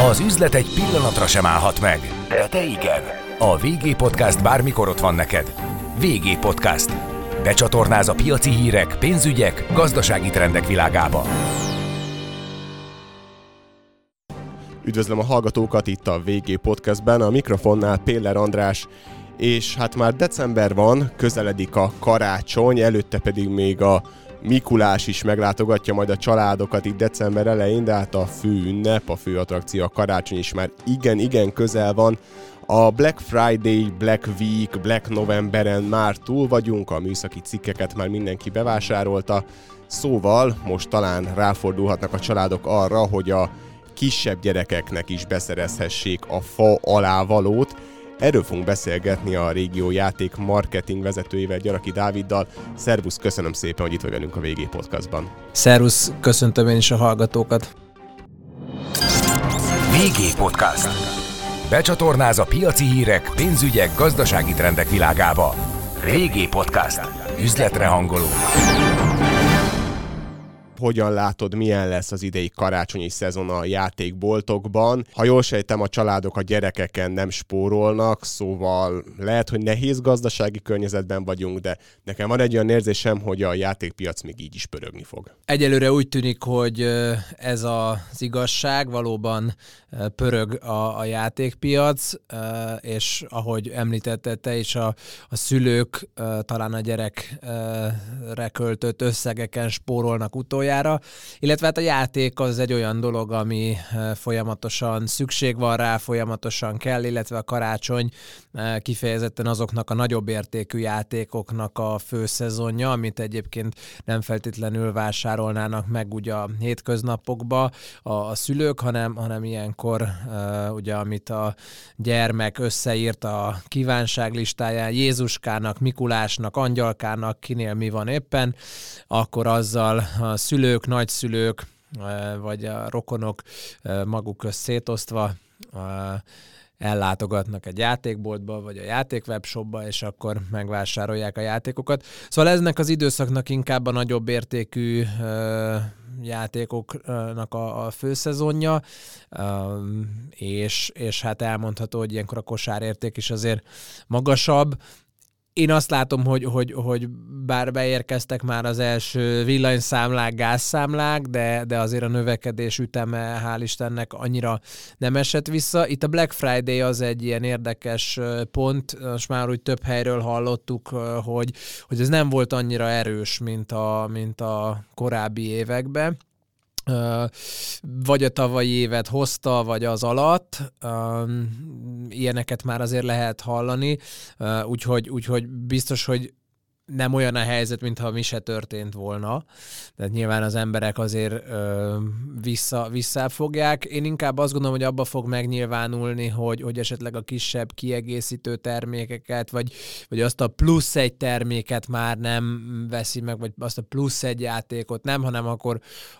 Az üzlet egy pillanatra sem állhat meg, de te igen. A VG Podcast bármikor ott van neked. VG Podcast. Becsatornáz a piaci hírek, pénzügyek, gazdasági trendek világába. Üdvözlöm a hallgatókat itt a VG Podcastben, a mikrofonnál Péller András, és hát már december van, közeledik a karácsony, előtte pedig még a Mikulás is meglátogatja majd a családokat itt december elején, de hát a fő ünnep, a fő attrakció, a karácsony is már igen közel van. A Black Friday, Black Week, Black Novemberen már túl vagyunk, a műszaki cikkeket már mindenki bevásárolta, szóval most talán ráfordulhatnak a családok arra, hogy a kisebb gyerekeknek is beszerezhessék a fa alávalót. Erről fogunk beszélgetni a régió játék marketing vezetőjével, Gyaraki Dáviddal. Szervusz, köszönöm szépen, hogy itt vagy velünk a VG Podcastban. Szervusz, köszöntöm én is a hallgatókat. VG Podcast. Becsatornáz a piaci hírek, pénzügyek, gazdasági trendek világába. VG Podcast. Üzletre hangoló. Hogyan látod, milyen lesz az idei karácsonyi szezon a játékboltokban? Ha jól sejtem, a családok a gyerekeken nem spórolnak, szóval lehet, hogy nehéz gazdasági környezetben vagyunk, de nekem van egy olyan érzésem, hogy a játékpiac még így is pörögni fog. Egyelőre úgy tűnik, hogy ez az igazság, valóban pörög a játékpiac, és ahogy említetted te is, a szülők talán a gyerekre költött összegeken spórolnak utoljára, illetve hát a játék az egy olyan dolog, ami folyamatosan szükség van rá, folyamatosan kell, illetve a karácsony kifejezetten azoknak a nagyobb értékű játékoknak a főszezonja, amit egyébként nem feltétlenül vásárolnának meg ugye a hétköznapokba a szülők, hanem ilyenkor ugye amit a gyermek összeírt a kívánságlistáján Jézuskának, Mikulásnak, Angyalkának, kinél mi van éppen, akkor azzal a szülők, nagyszülők, vagy a rokonok maguk közt szétosztva ellátogatnak egy játékboltba, vagy a játékwebshopba, és akkor megvásárolják a játékokat. Szóval eznek az időszaknak inkább a nagyobb értékű játékoknak a főszezonja, és hát elmondható, hogy ilyenkor a kosárérték is azért magasabb. Én azt látom, hogy bár beérkeztek már az első villanyszámlák, gázszámlák, de azért a növekedés üteme, hál' Istennek, annyira nem esett vissza. Itt a Black Friday az egy ilyen érdekes pont, most már úgy több helyről hallottuk, hogy ez nem volt annyira erős, mint a korábbi években. Vagy a tavalyi évet hozta, vagy az alatt. Ilyeneket már azért lehet hallani, úgyhogy biztos, hogy nem olyan a helyzet, mintha mi se történt volna. Tehát nyilván az emberek azért visszafogják. Én inkább azt gondolom, hogy abba fog megnyilvánulni, hogy esetleg a kisebb kiegészítő termékeket, vagy azt a plusz egy terméket már nem veszi meg, vagy azt a plusz egy játékot nem, hanem akkor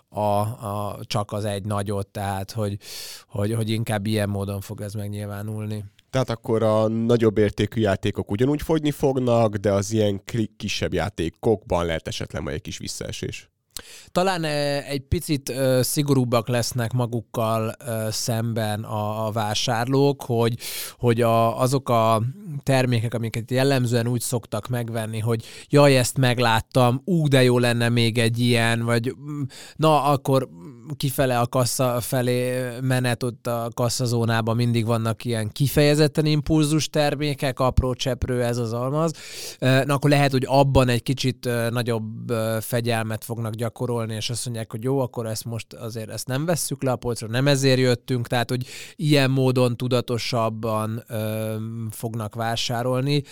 csak az egy nagyot, tehát hogy inkább ilyen módon fog ez megnyilvánulni. Tehát akkor a nagyobb értékű játékok ugyanúgy fogyni fognak, de az ilyen kisebb játékokban lehet esetleg majd egy kis visszaesés. Talán egy picit szigorúbbak lesznek magukkal szemben a vásárlók, hogy azok a termékek, amiket jellemzően úgy szoktak megvenni, hogy jaj, ezt megláttam, de jó lenne még egy ilyen, vagy na, akkor kifele a kassa felé menet, ott a kasszazónában mindig vannak ilyen kifejezetten impulzus termékek, apró cseprő, ez az almaz. Na, akkor lehet, hogy abban egy kicsit nagyobb fegyelmet fognak gyakorolni, és azt mondják, hogy jó, akkor ezt nem vesszük le a polcra, nem ezért jöttünk, tehát, hogy ilyen módon tudatosabban fognak vásárolni,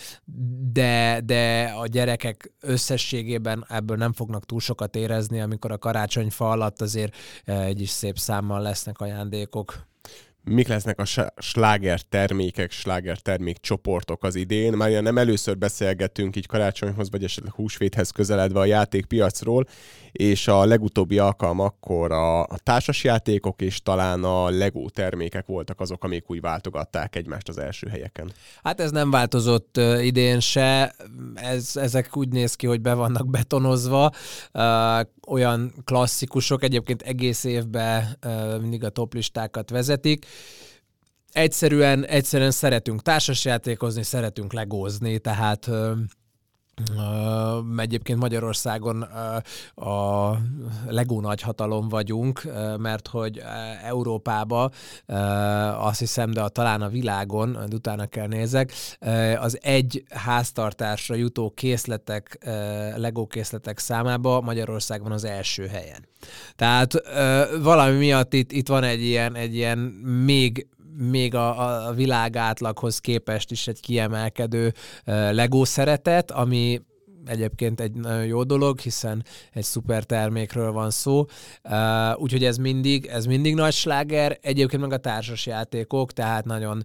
de a gyerekek összességében ebből nem fognak túl sokat érezni, amikor a karácsonyfa alatt azért egy is szép számmal lesznek ajándékok. Mik lesznek a sláger termékek, sláger termék csoportok az idén? Már nem először beszélgetünk így karácsonyhoz, vagy esetleg húsvéthez közeledve a játékpiacról, és a legutóbbi alkalmakkor a társasjátékok és talán a Lego termékek voltak azok, amik úgy váltogatták egymást az első helyeken. Hát ez nem változott idén se, ezek úgy néz ki, hogy be vannak betonozva, olyan klasszikusok, egyébként egész évben mindig a toplistákat vezetik, egyszerűen szeretünk társasjátékozni, szeretünk legózni, tehát egyébként Magyarországon a Lego nagyhatalom vagyunk, mert hogy Európában azt hiszem, de talán a világon, utána kell nézek, az egy háztartásra jutó készletek, Lego készletek számában Magyarországon az első helyen. Tehát valami miatt itt van egy ilyen még a világ átlaghoz képest is egy kiemelkedő Lego szeretet, ami egyébként egy nagyon jó dolog, hiszen egy szuper termékről van szó. Úgyhogy ez mindig nagy sláger. Egyébként meg a társasjátékok, tehát nagyon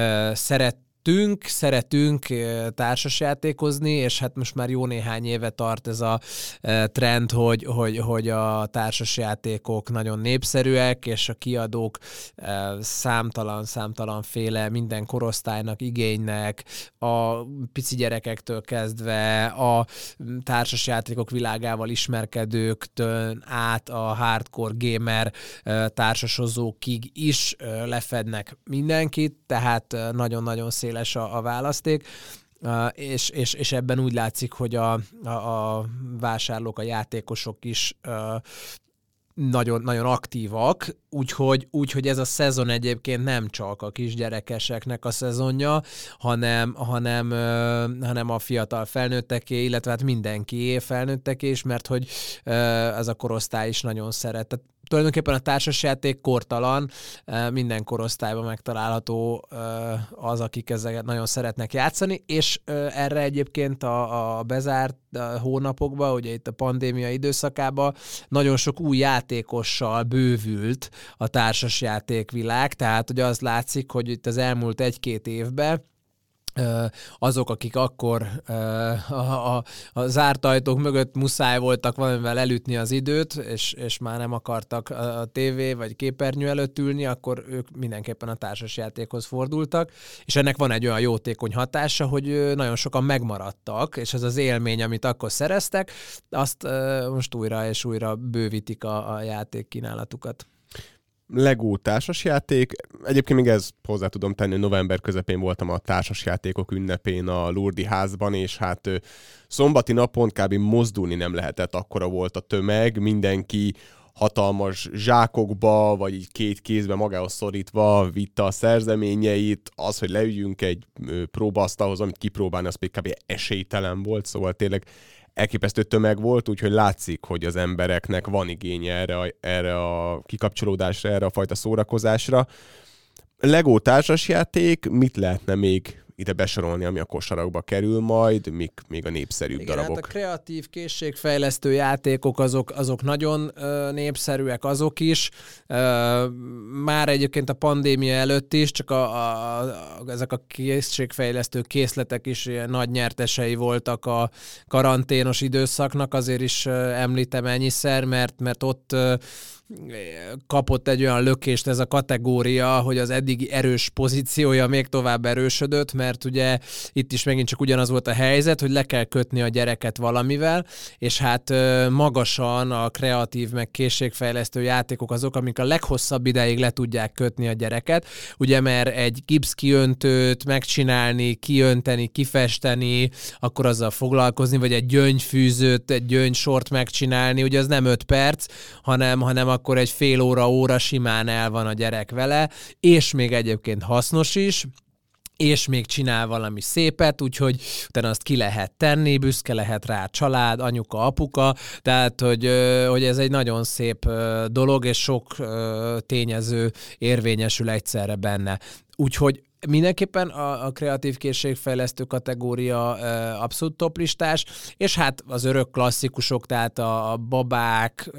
szeretünk társasjátékozni, és hát most már jó néhány éve tart ez a trend, hogy a társasjátékok nagyon népszerűek, és a kiadók számtalanféle minden korosztálynak, igénynek, a pici gyerekektől kezdve a társasjátékok világával ismerkedőktől át a hardcore gamer társasozókig is lefednek mindenkit, tehát nagyon-nagyon széles a választék, és ebben úgy látszik, hogy a vásárlók, a játékosok is nagyon, nagyon aktívak, úgyhogy ez a szezon egyébként nem csak a kisgyerekeseknek a szezonja, hanem a fiatal felnőtteké, illetve hát mindenkié felnőtteké is, mert hogy ez a korosztály is nagyon szeret. Tehát tulajdonképpen a társasjáték kortalan, minden korosztályban megtalálható az, akik ezeket nagyon szeretnek játszani, és erre egyébként a bezárt hónapokban, ugye itt a pandémia időszakában nagyon sok új játékossal bővült a társasjátékvilág, tehát ugye az látszik, hogy itt az elmúlt 1-2 évben azok, akik akkor a zárt ajtók mögött muszáj voltak valamivel elütni az időt, és már nem akartak a tévé vagy képernyő előtt ülni, akkor ők mindenképpen a társasjátékhoz fordultak, és ennek van egy olyan jótékony hatása, hogy nagyon sokan megmaradtak, és ez az élmény, amit akkor szereztek, azt most újra és újra bővítik a játékkínálatukat. Lego társasjáték. Egyébként még ez hozzá tudom tenni, november közepén voltam a társasjátékok ünnepén a Lourdes házban, és hát szombati napon kb. Mozdulni nem lehetett, akkora volt a tömeg, mindenki hatalmas zsákokba, vagy így két kézbe magához szorítva vitte a szerzeményeit, az, hogy leüljünk egy próbaasztalhoz, amit kipróbálni, az pedig kb. Esélytelen volt, szóval tényleg elképesztő tömeg volt, úgyhogy látszik, hogy az embereknek van igénye erre a kikapcsolódásra, erre a fajta szórakozásra. Lego társasjáték, mit lehetne még ide besorolni, ami a kosarakba kerül majd, mik még a népszerűbb darabok? Hát a kreatív készségfejlesztő játékok azok nagyon népszerűek, azok is. Már egyébként a pandémia előtt is, csak ezek a készségfejlesztő készletek is ilyen nagy nyertesei voltak a karanténos időszaknak, azért is említem ennyiszer, mert ott kapott egy olyan lökést ez a kategória, hogy az eddigi erős pozíciója még tovább erősödött, mert ugye itt is megint csak ugyanaz volt a helyzet, hogy le kell kötni a gyereket valamivel, és hát magasan a kreatív meg készségfejlesztő játékok azok, amik a leghosszabb ideig le tudják kötni a gyereket, ugye mert egy gipszkiöntőt megcsinálni, kiönteni, kifesteni, akkor azzal foglalkozni, vagy egy gyöngyfűzőt, egy gyöngysort megcsinálni, ugye az nem 5 perc, hanem akkor egy fél óra simán el van a gyerek vele, és még egyébként hasznos is, és még csinál valami szépet, úgyhogy utána azt ki lehet tenni, büszke lehet rá a család, anyuka, apuka, tehát hogy ez egy nagyon szép dolog, és sok tényező érvényesül egyszerre benne. Úgyhogy mindenképpen a kreatív készségfejlesztő kategória abszolút toplistás, és hát az örök klasszikusok, tehát a babák,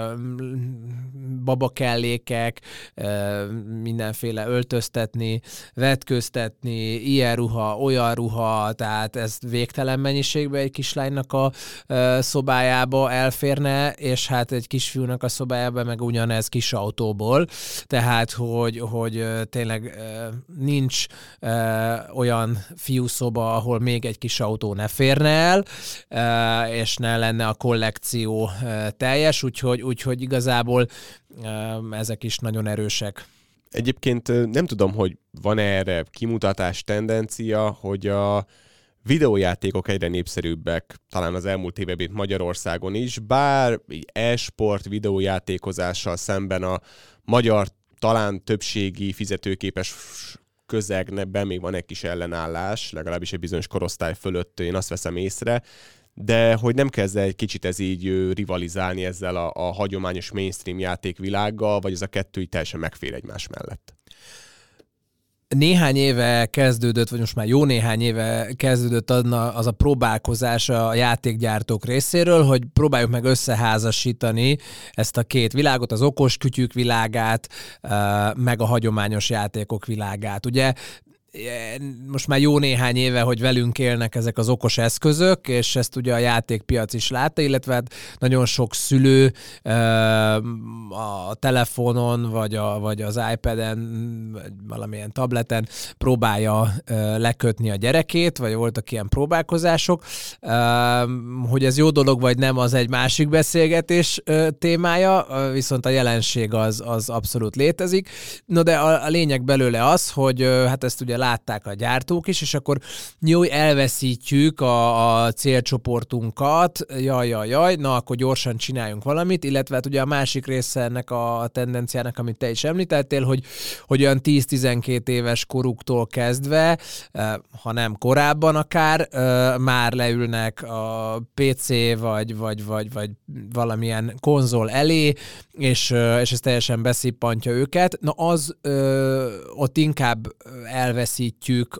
babakellékek, mindenféle öltöztetni, vetköztetni, ilyen ruha, olyan ruha, tehát ez végtelen mennyiségben egy kislánynak a szobájába elférne, és hát egy kisfiúnak a szobájába meg ugyanez kis autóból, tehát hogy tényleg nincs olyan fiúszoba, ahol még egy kis autó ne férne el, és ne lenne a kollekció teljes, úgyhogy igazából ezek is nagyon erősek. Egyébként nem tudom, hogy van erre kimutatás, tendencia, hogy a videójátékok egyre népszerűbbek, talán az elmúlt években Magyarországon is, bár e-sport videójátékozással szemben a magyar talán többségi fizetőképes közegben még van egy kis ellenállás, legalábbis egy bizonyos korosztály fölött én azt veszem észre, de hogy nem kezd egy kicsit ez így rivalizálni ezzel a hagyományos mainstream játékvilággal, vagy ez a kettő így teljesen megfér egymás mellett? Néhány éve kezdődött, vagy most már jó néhány éve kezdődött az a próbálkozás a játékgyártók részéről, hogy próbáljuk meg összeházasítani ezt a két világot, az okos kütyük világát, meg a hagyományos játékok világát. Ugye most már jó néhány éve, hogy velünk élnek ezek az okos eszközök, és ezt ugye a játékpiac is látta, illetve hát nagyon sok szülő a telefonon, vagy az iPad-en, vagy valamilyen tableten próbálja lekötni a gyerekét, vagy voltak ilyen próbálkozások. Hogy ez jó dolog, vagy nem, az egy másik beszélgetés témája, viszont a jelenség az abszolút létezik. No, de a lényeg belőle az, hogy hát ezt ugye látták a gyártók is, és akkor jó, elveszítjük a célcsoportunkat, jaj, na akkor gyorsan csináljunk valamit, illetve hát ugye a másik része ennek a tendenciának, amit te is említettél, hogy olyan 10-12 éves koruktól kezdve, ha nem korábban akár, már leülnek a PC vagy valamilyen konzol elé, és ez teljesen beszippantja őket. Na az ott inkább elveszítjük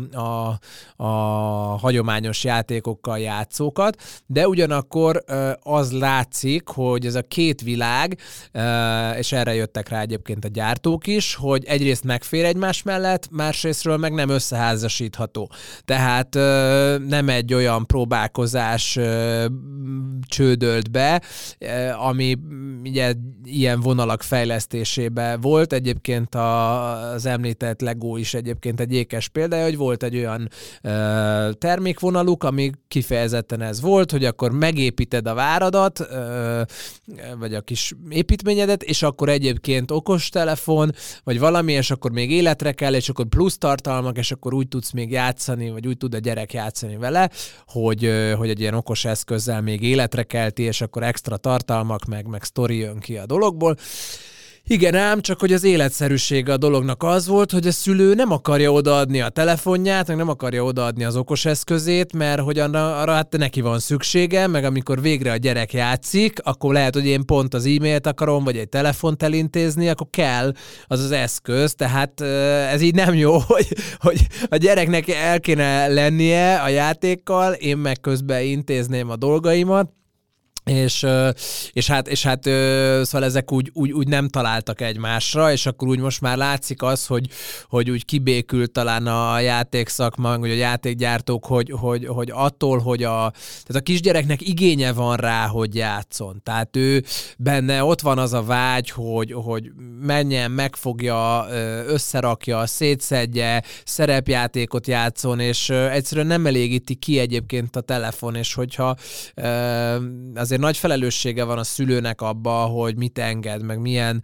a hagyományos játékokkal játszókat, de ugyanakkor az látszik, hogy ez a két világ, és erre jöttek rá egyébként a gyártók is, hogy egyrészt megfér egymás mellett, másrésztről meg nem összeházasítható. Tehát nem egy olyan próbálkozás csődölt be, ami ugye ilyen vonalak fejlesztésébe volt. Egyébként az említett Lego is egyébként egy ékes példája, hogy volt egy olyan termékvonaluk, ami kifejezetten ez volt, hogy akkor megépíted a váradat, vagy a kis építményedet, és akkor egyébként okostelefon, vagy valami, és akkor még életre kell, és akkor plusz tartalmak, és akkor úgy tudsz még játszani, vagy úgy tud a gyerek játszani vele, hogy egy ilyen okos eszközzel még életre kelti, és akkor extra tartalmak, meg sztori jön ki a dologból. Igen ám, csak hogy az életszerűsége a dolognak az volt, hogy a szülő nem akarja odaadni a telefonját, meg nem akarja odaadni az okos eszközét, mert hogy arra hát neki van szüksége, meg amikor végre a gyerek játszik, akkor lehet, hogy én pont az e-mailt akarom, vagy egy telefont elintézni, akkor kell az eszköz, tehát ez így nem jó, hogy a gyereknek el kéne lennie a játékkal, én meg közben intézném a dolgaimat, és hát szóval ezek úgy nem találtak egymásra, és akkor úgy most már látszik az, hogy úgy talán a játékszakma, vagy a játékgyártók, hogy attól, hogy tehát a kisgyereknek igénye van rá, hogy játszon. Tehát ő benne ott van az a vágy, hogy menjen, megfogja, összerakja, szétszedje, szerepjátékot játszon, és egyszerűen nem elégíti ki egyébként a telefon, és hogyha azért nagy felelőssége van a szülőnek abba, hogy mit enged, meg milyen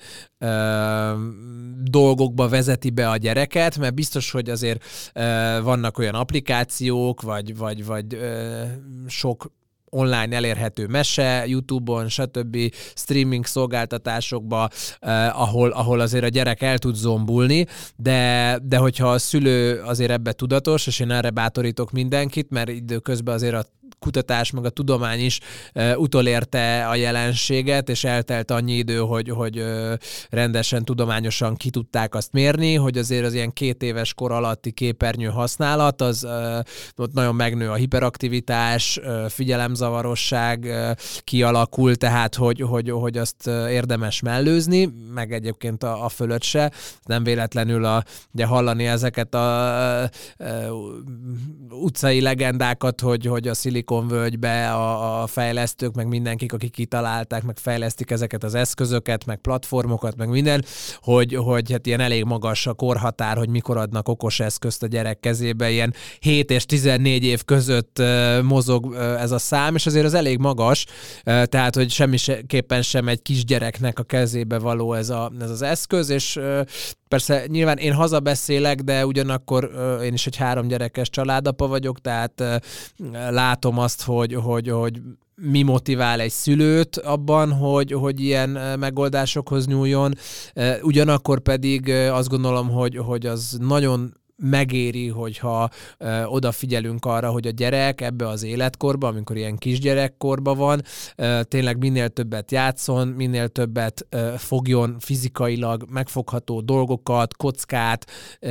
dolgokba vezeti be a gyereket, mert biztos, hogy azért vannak olyan applikációk, vagy sok online elérhető mese, YouTube-on, stb. Streaming szolgáltatásokba, ahol azért a gyerek el tud zombulni, de hogyha a szülő azért ebbe tudatos, és én erre bátorítok mindenkit, mert időközben azért a kutatás, meg a tudomány is utolérte a jelenséget, és eltelt annyi idő, hogy rendesen, tudományosan ki tudták azt mérni, hogy azért az ilyen 2 éves kor alatti képernyő használat, az ott nagyon megnő a hiperaktivitás, figyelemzavarosság kialakul, tehát hogy azt érdemes mellőzni, meg egyébként a fölött se. Nem véletlenül ugye hallani ezeket a utcai legendákat, hogy a Szilikonvölgybe a fejlesztők, meg mindenkik, akik kitalálták, meg fejlesztik ezeket az eszközöket, meg platformokat, meg minden, hogy hát ilyen elég magas a korhatár, hogy mikor adnak okos eszközt a gyerek kezébe, ilyen 7 és 14 év között mozog ez a szám, és azért az elég magas, tehát, hogy semmiképpen sem egy kisgyereknek a kezébe való ez az eszköz, és persze nyilván én hazabeszélek, de ugyanakkor én is egy 3 gyerekes családapa vagyok, tehát látom azt, hogy mi motivál egy szülőt abban, hogy ilyen megoldásokhoz nyúljon. Ugyanakkor pedig azt gondolom, hogy az nagyon megéri, hogyha odafigyelünk arra, hogy a gyerek ebbe az életkorba, amikor ilyen kisgyerekkorban van, tényleg minél többet játszon, minél többet fogjon fizikailag megfogható dolgokat, kockát,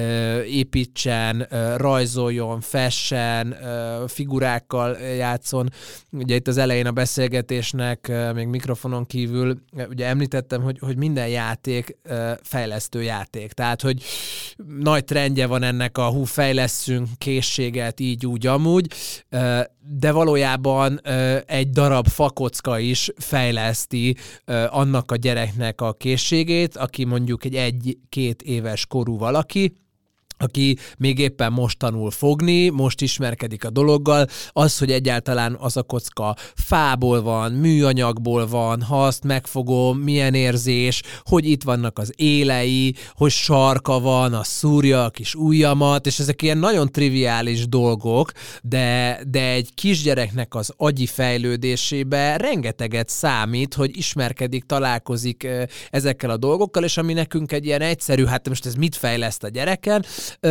építsen, rajzoljon, fessen, figurákkal játszon. Ugye itt az elején a beszélgetésnek, még mikrofonon kívül, ugye említettem, hogy minden játék fejlesztő játék. Tehát, hogy nagy trendje van ennek fejlesszünk készséget így, úgy, amúgy, de valójában egy darab fakocka is fejleszti annak a gyereknek a készségét, aki mondjuk egy 1-2 éves korú valaki, aki még éppen most tanul fogni, most ismerkedik a dologgal, az, hogy egyáltalán az a kocka fából van, műanyagból van, ha azt megfogom, milyen érzés, hogy itt vannak az élei, hogy sarka van, az szúrja a kis ujjamat, és ezek ilyen nagyon triviális dolgok, de egy kisgyereknek az agyi fejlődésébe rengeteget számít, hogy ismerkedik, találkozik ezekkel a dolgokkal, és ami nekünk egy ilyen egyszerű, hát most ez mit fejleszt a gyereken,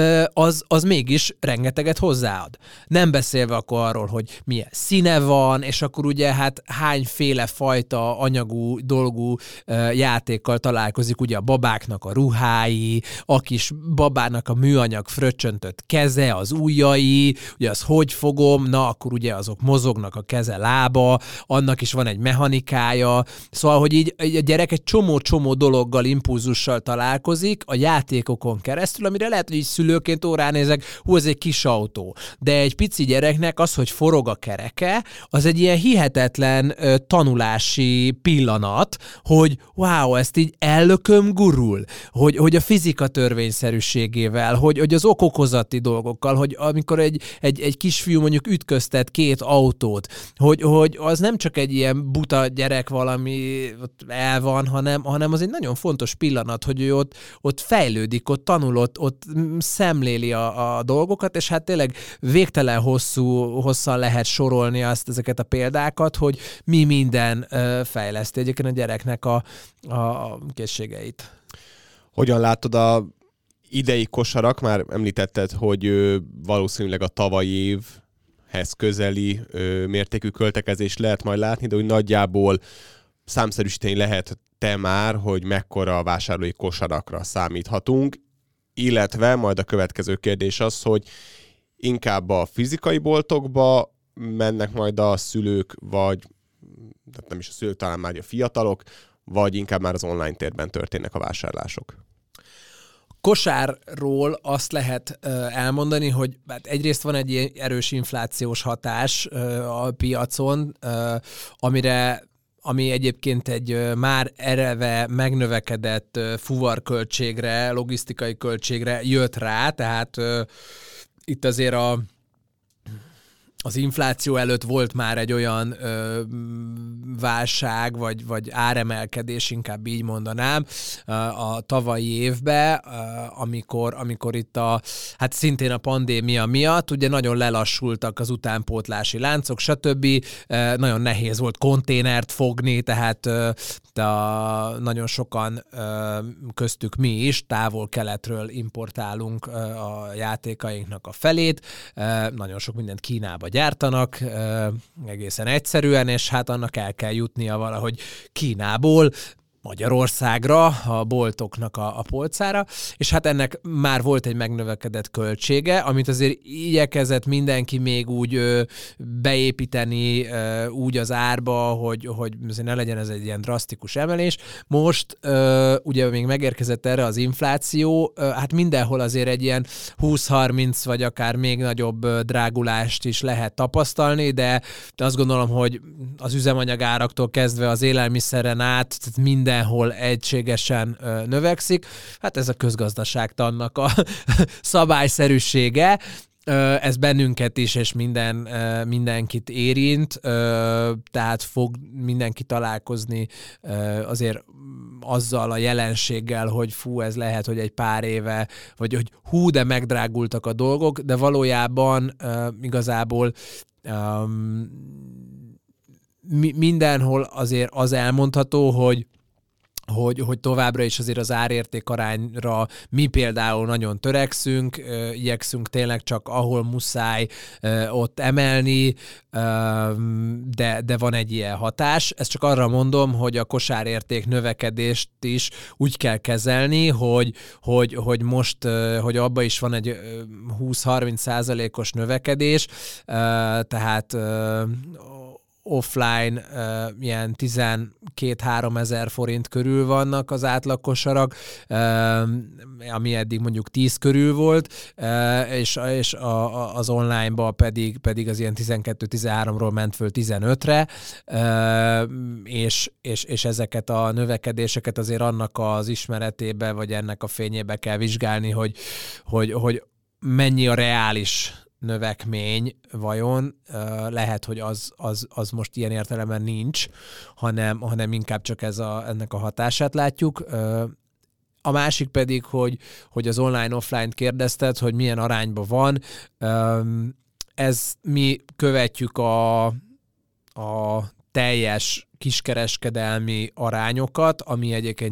az mégis rengeteget hozzáad. Nem beszélve akkor arról, hogy milyen színe van, és akkor ugye hát hányféle fajta anyagú dolgú játékkal találkozik, ugye a babáknak a ruhái, a kis babának a műanyag fröccsöntött keze, az ujjai, ugye az hogy fogom, na akkor ugye azok mozognak a keze, lába, annak is van egy mechanikája, szóval, hogy így a gyerek egy csomó dologgal, impulzussal találkozik a játékokon keresztül, amire lehet, hogy így szülőként ránézek, ez egy kis autó. De egy pici gyereknek az, hogy forog a kereke, az egy ilyen hihetetlen tanulási pillanat, hogy wow, ezt így ellököm gurul, hogy a fizika törvényszerűségével, hogy az okokozati dolgokkal, hogy amikor egy kisfiú mondjuk ütköztet 2 autót, hogy az nem csak egy ilyen buta gyerek valami ott el van, hanem az egy nagyon fontos pillanat, hogy ő ott fejlődik, ott tanul, ott szemléli a dolgokat, és hát tényleg végtelen hosszan lehet sorolni ezeket a példákat, hogy mi minden fejleszti egyébként a gyereknek a készségeit. Hogyan látod a idei kosarak? Már említetted, hogy valószínűleg a tavalyi évhez közeli mértékű költekezést lehet majd látni, de úgy nagyjából számszerűsíteni lehet te már, hogy mekkora vásárlói kosarakra számíthatunk, illetve majd a következő kérdés az, hogy inkább a fizikai boltokba mennek majd a szülők, vagy nem is a szülők, talán már a fiatalok, vagy inkább már az online térben történnek a vásárlások? Kosárról azt lehet elmondani, hogy hát egyrészt van egy erős inflációs hatás a piacon, ami egyébként egy már eleve megnövekedett fuvarköltségre, logisztikai költségre jött rá, tehát itt azért az infláció előtt volt már egy olyan válság, vagy áremelkedés, inkább így mondanám, a tavalyi évben, amikor itt hát szintén a pandémia miatt ugye nagyon lelassultak az utánpótlási láncok, stb. Nagyon nehéz volt konténert fogni, tehát nagyon sokan, köztük mi is, távol-keletről importálunk a játékainknak a felét. Nagyon sok mindent Kínába gyártanak, egészen egyszerűen, és hát annak el kell jutnia valahogy Kínából Magyarországra, a boltoknak a polcára, és hát ennek már volt egy megnövekedett költsége, amit azért igyekezett mindenki még úgy beépíteni úgy az árba, hogy azért ne legyen ez egy ilyen drasztikus emelés. Most ugye még megérkezett erre az infláció, hát mindenhol azért egy ilyen 20-30 vagy akár még nagyobb drágulást is lehet tapasztalni, de azt gondolom, hogy az üzemanyagáraktól kezdve az élelmiszeren át, mindenhol egységesen növekszik. Hát ez a közgazdaságtannak a szabályszerűsége. Ez bennünket is, és mindenkit érint, tehát fog mindenki találkozni azért azzal a jelenséggel, hogy fú, ez lehet, hogy egy pár éve, vagy hogy hú, de megdrágultak a dolgok, de valójában igazából mindenhol azért az elmondható, hogy továbbra is azért az árérték arányra mi például nagyon törekszünk, igyekszünk tényleg csak ahol muszáj ott emelni, de van egy ilyen hatás. Ezt csak arra mondom, hogy a kosárérték növekedést is úgy kell kezelni, hogy most, hogy abban is van egy 20-30%-os növekedés, tehát offline ilyen 12-3 ezer forint körül vannak az átlagkosarak, ami eddig mondjuk 10 körül volt, és az online-ba pedig az ilyen 12-13-ról ment föl 15-re, és ezeket a növekedéseket azért annak az ismeretébe, vagy ennek a fényébe kell vizsgálni, hogy mennyi a reális növekmény vajon, lehet, hogy az most ilyen értelemben nincs, hanem inkább csak ennek a hatását látjuk. A másik pedig, hogy az online-offline-t kérdezted, hogy milyen arányban van. Ez mi követjük a teljes kiskereskedelmi arányokat, ami egyébként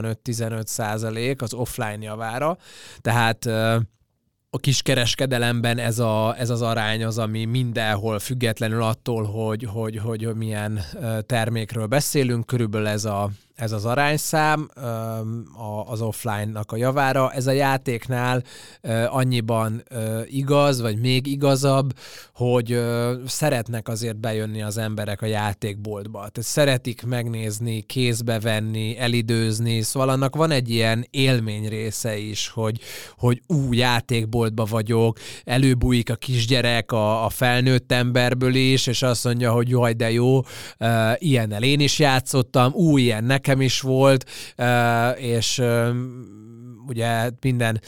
85-15% az offline javára, tehát a kiskereskedelemben ez az arány az, ami mindenhol függetlenül attól, hogy milyen termékről beszélünk, körülbelül ez az arányszám az offline-nak a javára. Ez a játéknál annyiban igaz, vagy még igazabb, hogy szeretnek azért bejönni az emberek a játékboltba. Tehát szeretik megnézni, kézbe venni, elidőzni, szóval annak van egy ilyen élmény része is, hogy játékboltba vagyok, előbújik a kisgyerek a felnőtt emberből is, és azt mondja, hogy jaj, de jó, ilyennel én is játszottam, ilyen nekem is volt, és ugye minden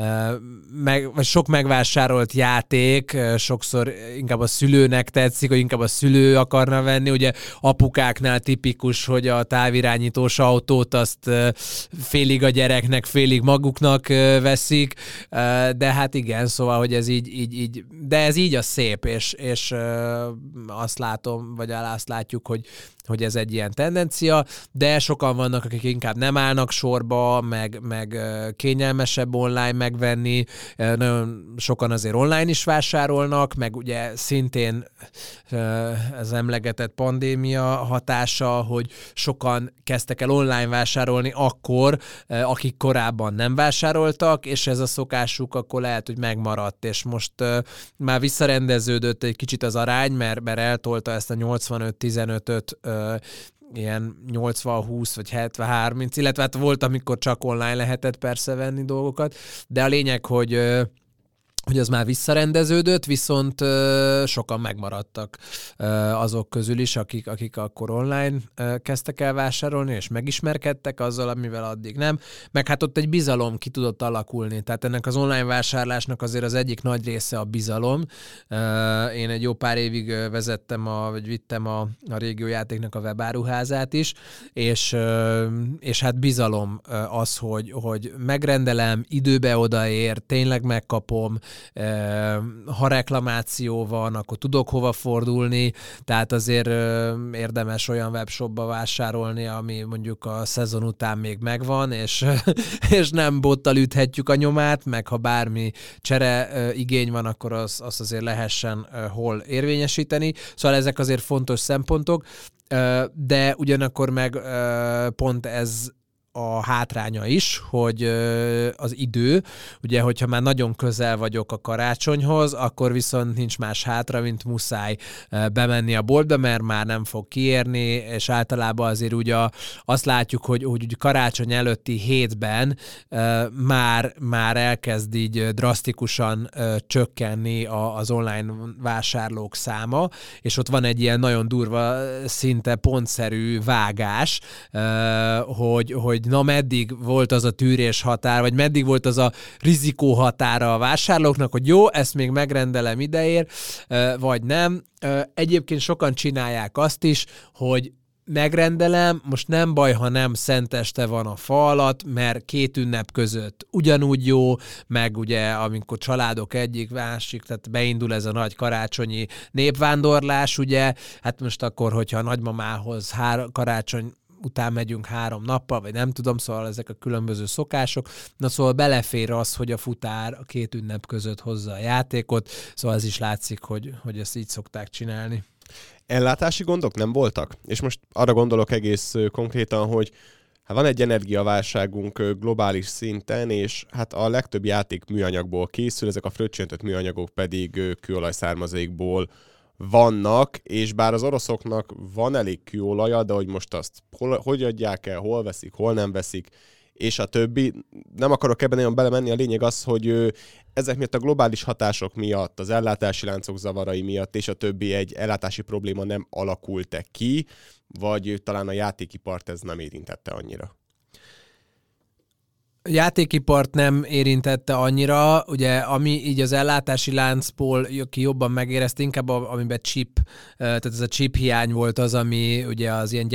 sok megvásárolt játék, sokszor inkább a szülőnek tetszik, hogy inkább a szülő akarna venni, ugye apukáknál tipikus, hogy a távirányítós autót azt félig a gyereknek, félig maguknak veszik, de hát igen, szóval, hogy ez így de ez így a szép, és azt látom, vagy azt látjuk, hogy ez egy ilyen tendencia, de sokan vannak, akik inkább nem állnak sorba, meg kényelmesebb online megvenni, nagyon sokan azért online is vásárolnak, meg ugye szintén ez emlegetett pandémia hatása, hogy sokan kezdtek el online vásárolni akkor, akik korábban nem vásároltak, és ez a szokásuk akkor lehet, hogy megmaradt, és most már visszarendeződött egy kicsit az arány, mert eltolta ezt a 85-15-öt ilyen 80-20 vagy 70-30, illetve hát volt, amikor csak online lehetett persze venni dolgokat, de a lényeg, hogy az már visszarendeződött, viszont sokan megmaradtak azok közül is, akik akkor online kezdtek el vásárolni, és megismerkedtek azzal, amivel addig nem. Meg hát ott egy bizalom ki tudott alakulni. Tehát ennek az online vásárlásnak azért az egyik nagy része a bizalom. Én egy jó pár évig vagy vittem a régiójátéknak a webáruházát is, és hát bizalom az, hogy megrendelem, időbe odaér, tényleg megkapom, ha reklamáció van, akkor tudok hova fordulni, tehát azért érdemes olyan webshopba vásárolni, ami mondjuk a szezon után még megvan, és nem bottal üthetjük a nyomát, meg ha bármi csere igény van, akkor azt azért lehessen hol érvényesíteni. Szóval ezek azért fontos szempontok, de ugyanakkor meg pont ez a hátránya is, hogy az idő, ugye, hogyha már nagyon közel vagyok a karácsonyhoz, akkor viszont nincs más hátra, mint muszáj bemenni a boltba, mert már nem fog kiérni, és általában azért ugye azt látjuk, hogy karácsony előtti hétben már elkezd így drasztikusan csökkenni az online vásárlók száma, és ott van egy ilyen nagyon durva, szinte pontszerű vágás, hogy na meddig volt az a tűrés határ, vagy meddig volt az a rizikó határa a vásárlóknak, hogy jó, ezt még megrendelem ideér, vagy nem. Egyébként sokan csinálják azt is, hogy megrendelem, most nem baj, ha nem szenteste van a fa alatt, mert 2 ünnep között ugyanúgy jó, meg ugye amikor családok egyik, másik, tehát beindul ez a nagy karácsonyi népvándorlás, ugye, hát most akkor, hogyha a nagymamához karácsony után megyünk 3 nappal, vagy nem tudom, szóval ezek a különböző szokások. Na szóval belefér az, hogy a futár a 2 ünnep között hozza a játékot, szóval ez is látszik, hogy ezt így szokták csinálni. Ellátási gondok nem voltak? És most arra gondolok egész konkrétan, hogy hát van egy energiaválságunk globális szinten, és hát a legtöbb játék műanyagból készül, ezek a fröccsöntött műanyagok pedig kőolaj-származékból vannak, és bár az oroszoknak van elég kőolaja, de hogy most azt hogy adják el, hol veszik, hol nem veszik, és a többi. Nem akarok ebben nagyon belemenni, a lényeg az, hogy ezek miatt a globális hatások miatt, az ellátási láncok zavarai miatt, és a többi egy ellátási probléma nem alakult-e ki, vagy talán a játékipart ez nem érintette annyira? A játékipart nem érintette annyira, ugye, ami így az ellátási láncból ki jobban megérezte, inkább amiben chip, tehát ez a chip hiány volt az, ami ugye az ilyen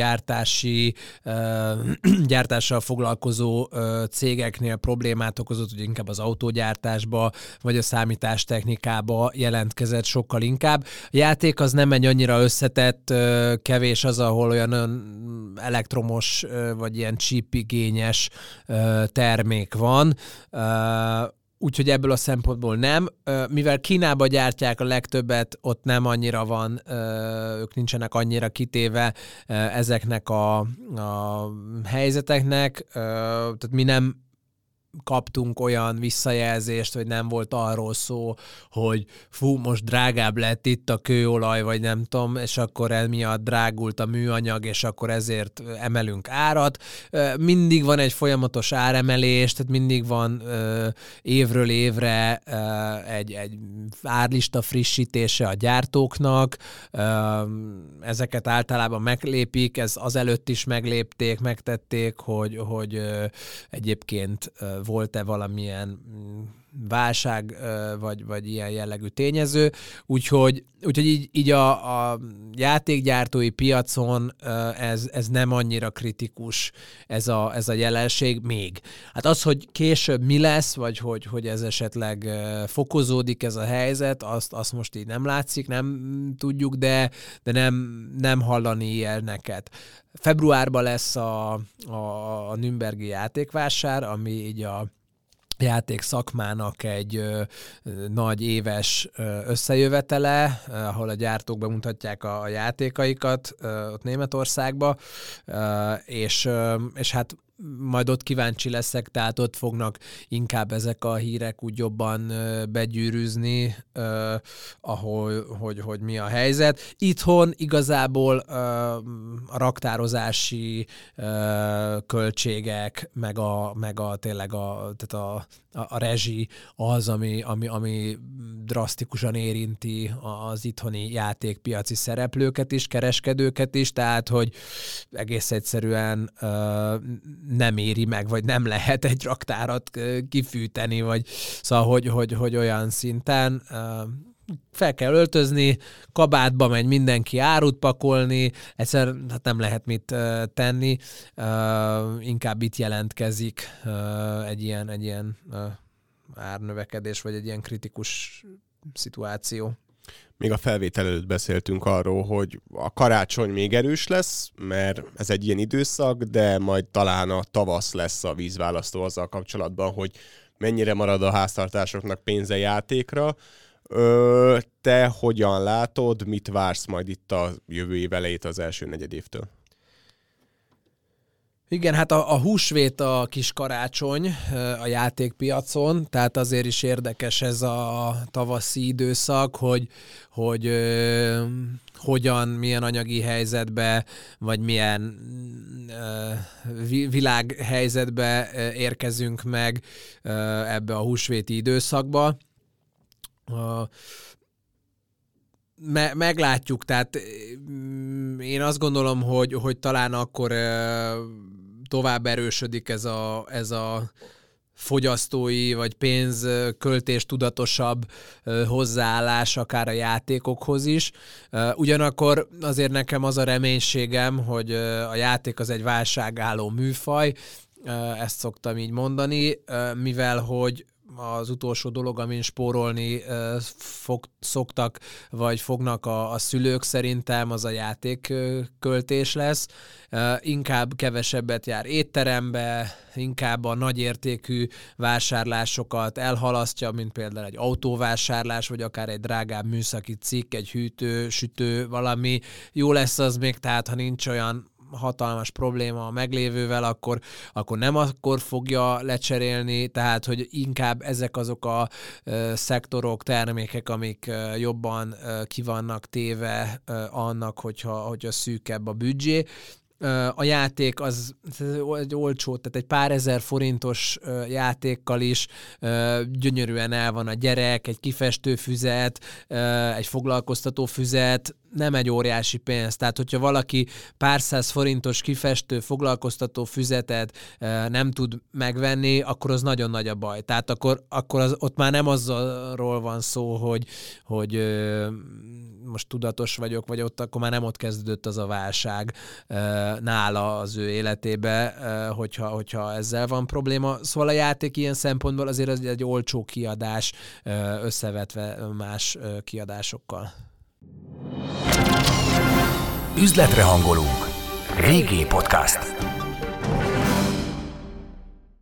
gyártással foglalkozó cégeknél problémát okozott, ugye inkább az autógyártásba, vagy a számítástechnikába jelentkezett sokkal inkább. A játék az nem egy annyira összetett, kevés az, ahol olyan elektromos, vagy ilyen chip igényes termék van, úgyhogy ebből a szempontból nem. Mivel Kínába gyártják a legtöbbet, ott nem annyira van, ők nincsenek annyira kitéve ezeknek a helyzeteknek, tehát mi nem kaptunk olyan visszajelzést, hogy nem volt arról szó, hogy fú, most drágább lett itt a kőolaj, vagy nem tudom, és akkor emiatt drágult a műanyag, és akkor ezért emelünk árat. Mindig van egy folyamatos áremelés, tehát mindig van évről évre egy árlista frissítése a gyártóknak. Ezeket általában meglépik, ez azelőtt is meglépték, megtették, hogy egyébként volt-e valamilyen válság, vagy ilyen jellegű tényező. Úgyhogy így a játékgyártói piacon ez nem annyira kritikus ez a jelenség még. Hát az, hogy később mi lesz, vagy hogy ez esetleg fokozódik ez a helyzet, azt most így nem látszik, nem tudjuk, de nem hallani ilyeneket. Februárban lesz a Nürnbergi játékvásár, ami így a játék szakmának egy nagy éves összejövetele, ahol a gyártók bemutatják a játékaikat ott Németországba, és hát majd ott kíváncsi leszek, tehát ott fognak inkább ezek a hírek úgy jobban begyűrűzni, hogy mi a helyzet. Itthon igazából a raktározási költségek, meg a tényleg tehát a rezsi az, ami drasztikusan érinti az itthoni játékpiaci szereplőket is, kereskedőket is, tehát hogy egész egyszerűen nem éri meg, vagy nem lehet egy raktárat kifűteni, vagy szóval, hogy olyan szinten fel kell öltözni, kabátba megy mindenki árut pakolni, egyszer hát nem lehet mit tenni, inkább itt jelentkezik egy ilyen árnövekedés, vagy egy ilyen kritikus szituáció. Még a felvétel előtt beszéltünk arról, hogy a karácsony még erős lesz, mert ez egy ilyen időszak, de majd talán a tavasz lesz a vízválasztó azzal kapcsolatban, hogy mennyire marad a háztartásoknak pénze játékra. Te hogyan látod, mit vársz majd itt a jövő év elejét az első negyedévtől? Igen, hát a húsvét a kis karácsony a játékpiacon, tehát azért is érdekes ez a tavaszi időszak, hogy milyen anyagi helyzetbe, vagy milyen világhelyzetbe érkezünk meg ebbe a húsvéti időszakba. Meglátjuk, tehát én azt gondolom, hogy talán akkor tovább erősödik ez a fogyasztói vagy pénzköltés tudatosabb hozzáállás akár a játékokhoz is. Ugyanakkor azért nekem az a reménységem, hogy a játék az egy válságálló műfaj, ezt szoktam így mondani, mivel hogy az utolsó dolog, amin spórolni szoktak, vagy fognak a szülők szerintem, az a játékköltés lesz. Inkább kevesebbet jár étterembe, inkább a nagyértékű vásárlásokat elhalasztja, mint például egy autóvásárlás, vagy akár egy drágább műszaki cikk, egy hűtő, sütő, valami. Jó lesz az még, tehát ha nincs olyan hatalmas probléma a meglévővel, akkor nem akkor fogja lecserélni, tehát hogy inkább ezek azok a szektorok, termékek, amik jobban ki vannak téve annak, hogyha szűkebb a büdzsé. A játék az egy olcsó, tehát egy pár ezer forintos játékkal is gyönyörűen el van a gyerek, egy kifestőfüzet, egy foglalkoztatófüzet, nem egy óriási pénz. Tehát, hogyha valaki pár száz forintos kifestő foglalkoztató füzetet nem tud megvenni, akkor az nagyon nagy a baj. Tehát akkor ott már nem azról van szó, hogy most tudatos vagyok, vagy ott akkor már nem ott kezdődött az a válság nála az ő életébe, hogyha ezzel van probléma. Szóval a játék ilyen szempontból azért az egy olcsó kiadás összevetve más kiadásokkal. Üzletre hangolunk. VG Podcast.